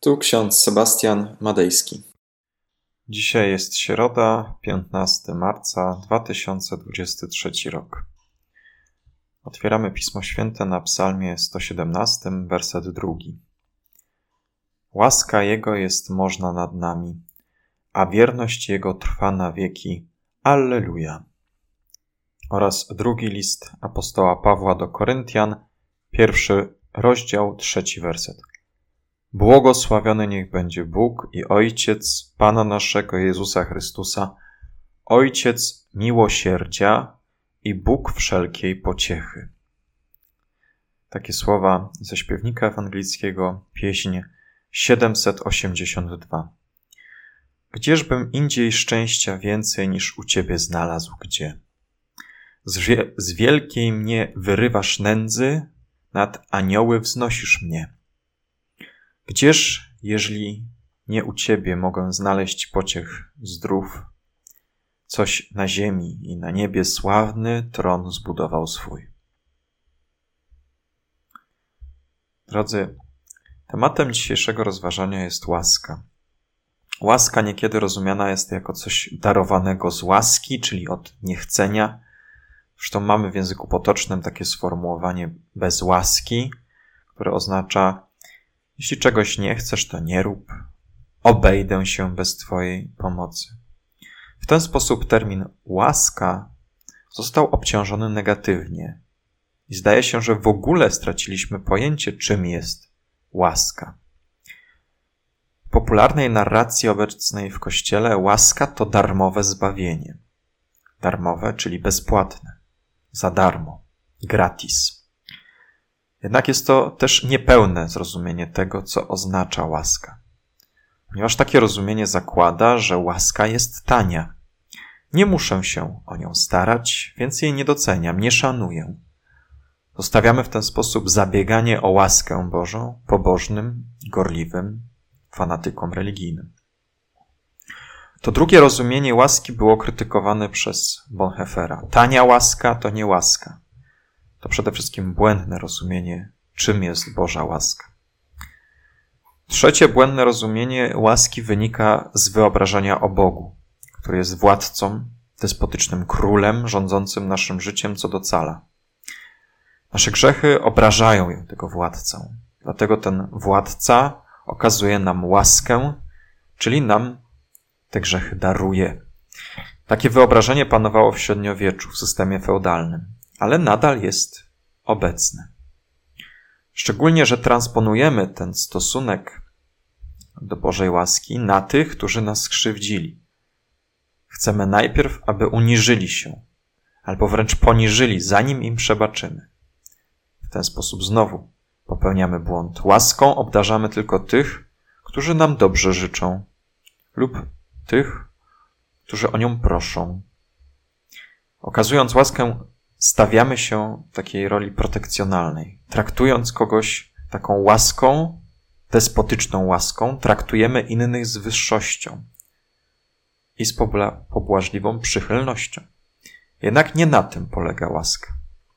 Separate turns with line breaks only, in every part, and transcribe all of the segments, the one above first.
Tu ksiądz Sebastian Madejski.
Dzisiaj jest środa, 15 marca 2023 rok. Otwieramy Pismo Święte na Psalmie 117, werset 2. Łaska Jego jest można nad nami, a wierność Jego trwa na wieki. Alleluja. Oraz drugi list apostoła Pawła do Koryntian, 1 rozdział, 3 werset. Błogosławiony niech będzie Bóg i Ojciec Pana naszego Jezusa Chrystusa, Ojciec miłosierdzia i Bóg wszelkiej pociechy. Takie słowa ze śpiewnika ewangelickiego, pieśń 782. Gdzieżbym indziej szczęścia więcej niż u Ciebie znalazł gdzie? Z wielkiej mnie wyrywasz nędzy, nad anioły wznosisz mnie. Gdzież, jeżeli nie u Ciebie, mogę znaleźć pociech zdrów? Coś na ziemi i na niebie sławny tron zbudował swój. Drodzy, tematem dzisiejszego rozważania jest łaska. Łaska niekiedy rozumiana jest jako coś darowanego z łaski, czyli od niechcenia. Zresztą mamy w języku potocznym takie sformułowanie bez łaski, które oznacza: jeśli czegoś nie chcesz, to nie rób. Obejdę się bez Twojej pomocy. W ten sposób termin łaska został obciążony negatywnie i zdaje się, że w ogóle straciliśmy pojęcie, czym jest łaska. W popularnej narracji obecnej w Kościele łaska to darmowe zbawienie. Darmowe, czyli bezpłatne, za darmo, gratis. Jednak jest to też niepełne zrozumienie tego, co oznacza łaska. Ponieważ takie rozumienie zakłada, że łaska jest tania. Nie muszę się o nią starać, więc jej nie doceniam, nie szanuję. Zostawiamy w ten sposób zabieganie o łaskę Bożą pobożnym, gorliwym fanatykom religijnym. To drugie rozumienie łaski było krytykowane przez Bonhoeffera. Tania łaska to nie łaska. To przede wszystkim błędne rozumienie, czym jest Boża łaska. Trzecie błędne rozumienie łaski wynika z wyobrażenia o Bogu, który jest władcą, despotycznym królem, rządzącym naszym życiem co do cala. Nasze grzechy obrażają tego władcę. Dlatego ten władca okazuje nam łaskę, czyli nam te grzechy daruje. Takie wyobrażenie panowało w średniowieczu, w systemie feudalnym, ale nadal jest obecne. Szczególnie, że transponujemy ten stosunek do Bożej łaski na tych, którzy nas skrzywdzili. Chcemy najpierw, aby uniżyli się, albo wręcz poniżyli, zanim im przebaczymy. W ten sposób znowu popełniamy błąd. Łaską obdarzamy tylko tych, którzy nam dobrze życzą, lub tych, którzy o nią proszą. Okazując łaskę, stawiamy się w takiej roli protekcjonalnej. Traktując kogoś taką łaską, despotyczną łaską, traktujemy innych z wyższością i z pobłażliwą przychylnością. Jednak nie na tym polega łaska.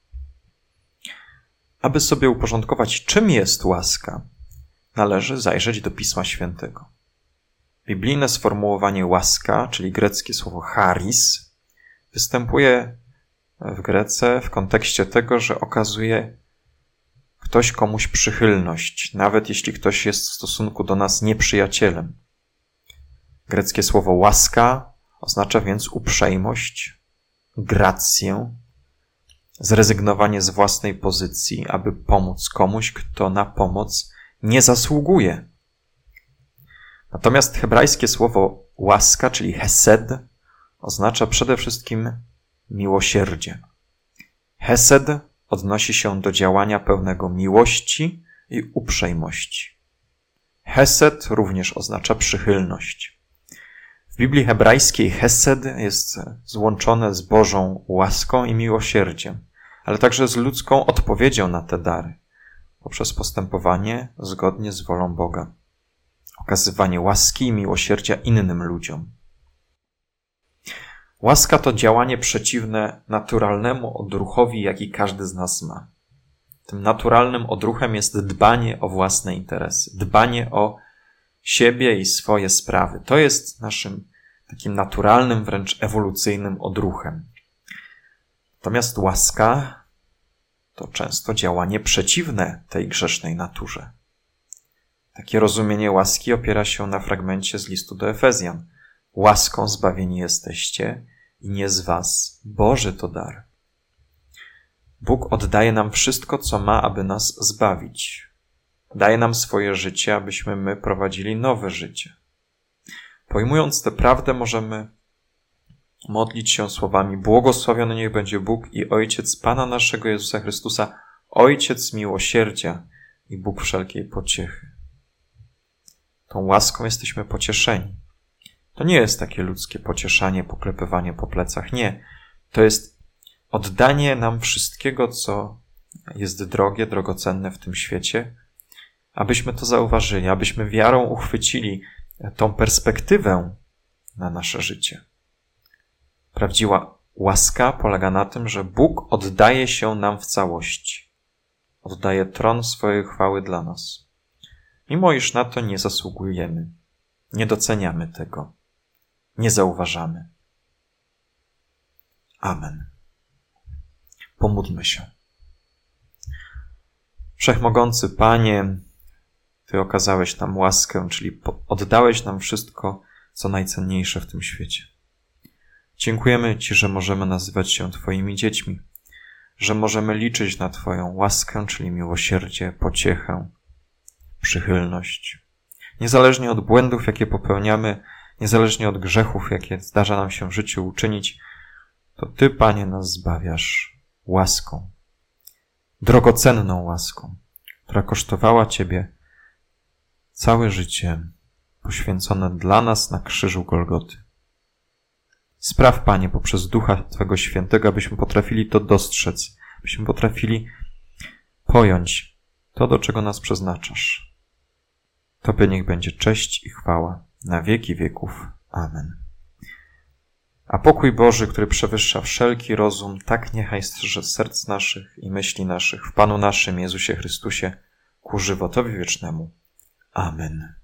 Aby sobie uporządkować, czym jest łaska, należy zajrzeć do Pisma Świętego. Biblijne sformułowanie łaska, czyli greckie słowo charis, występuje w Grece w kontekście tego, że okazuje ktoś komuś przychylność, nawet jeśli ktoś jest w stosunku do nas nieprzyjacielem. Greckie słowo łaska oznacza więc uprzejmość, grację, zrezygnowanie z własnej pozycji, aby pomóc komuś, kto na pomoc nie zasługuje. Natomiast hebrajskie słowo łaska, czyli hesed, oznacza przede wszystkim miłosierdzie. Hesed odnosi się do działania pełnego miłości i uprzejmości. Hesed również oznacza przychylność. W Biblii hebrajskiej hesed jest złączone z Bożą łaską i miłosierdziem, ale także z ludzką odpowiedzią na te dary, poprzez postępowanie zgodnie z wolą Boga. Okazywanie łaski i miłosierdzia innym ludziom. Łaska to działanie przeciwne naturalnemu odruchowi, jaki każdy z nas ma. Tym naturalnym odruchem jest dbanie o własne interesy, dbanie o siebie i swoje sprawy. To jest naszym takim naturalnym, wręcz ewolucyjnym odruchem. Natomiast łaska to często działanie przeciwne tej grzesznej naturze. Takie rozumienie łaski opiera się na fragmencie z listu do Efezjan. Łaską zbawieni jesteście i nie z was. Boży to dar. Bóg oddaje nam wszystko, co ma, aby nas zbawić. Daje nam swoje życie, abyśmy my prowadzili nowe życie. Pojmując tę prawdę, możemy modlić się słowami: błogosławiony niech będzie Bóg i Ojciec Pana naszego Jezusa Chrystusa, Ojciec miłosierdzia i Bóg wszelkiej pociechy. Tą łaską jesteśmy pocieszeni. To nie jest takie ludzkie pocieszanie, poklepywanie po plecach. Nie. To jest oddanie nam wszystkiego, co jest drogie, drogocenne w tym świecie, abyśmy to zauważyli, abyśmy wiarą uchwycili tą perspektywę na nasze życie. Prawdziwa łaska polega na tym, że Bóg oddaje się nam w całości. Oddaje tron swojej chwały dla nas. Mimo iż na to nie zasługujemy, nie doceniamy tego, nie zauważamy. Amen. Pomódlmy się. Wszechmogący Panie, Ty okazałeś nam łaskę, czyli oddałeś nam wszystko, co najcenniejsze w tym świecie. Dziękujemy Ci, że możemy nazywać się Twoimi dziećmi, że możemy liczyć na Twoją łaskę, czyli miłosierdzie, pociechę, przychylność. Niezależnie od błędów, jakie popełniamy, niezależnie od grzechów, jakie zdarza nam się w życiu uczynić, to Ty, Panie, nas zbawiasz łaską, drogocenną łaską, która kosztowała Ciebie całe życie poświęcone dla nas na krzyżu Golgoty. Spraw, Panie, poprzez Ducha Twego Świętego, abyśmy potrafili to dostrzec, abyśmy potrafili pojąć to, do czego nas przeznaczasz. Tobie niech będzie cześć i chwała na wieki wieków. Amen. A pokój Boży, który przewyższa wszelki rozum, tak niechaj strzeże serc naszych i myśli naszych w Panu naszym Jezusie Chrystusie ku żywotowi wiecznemu. Amen.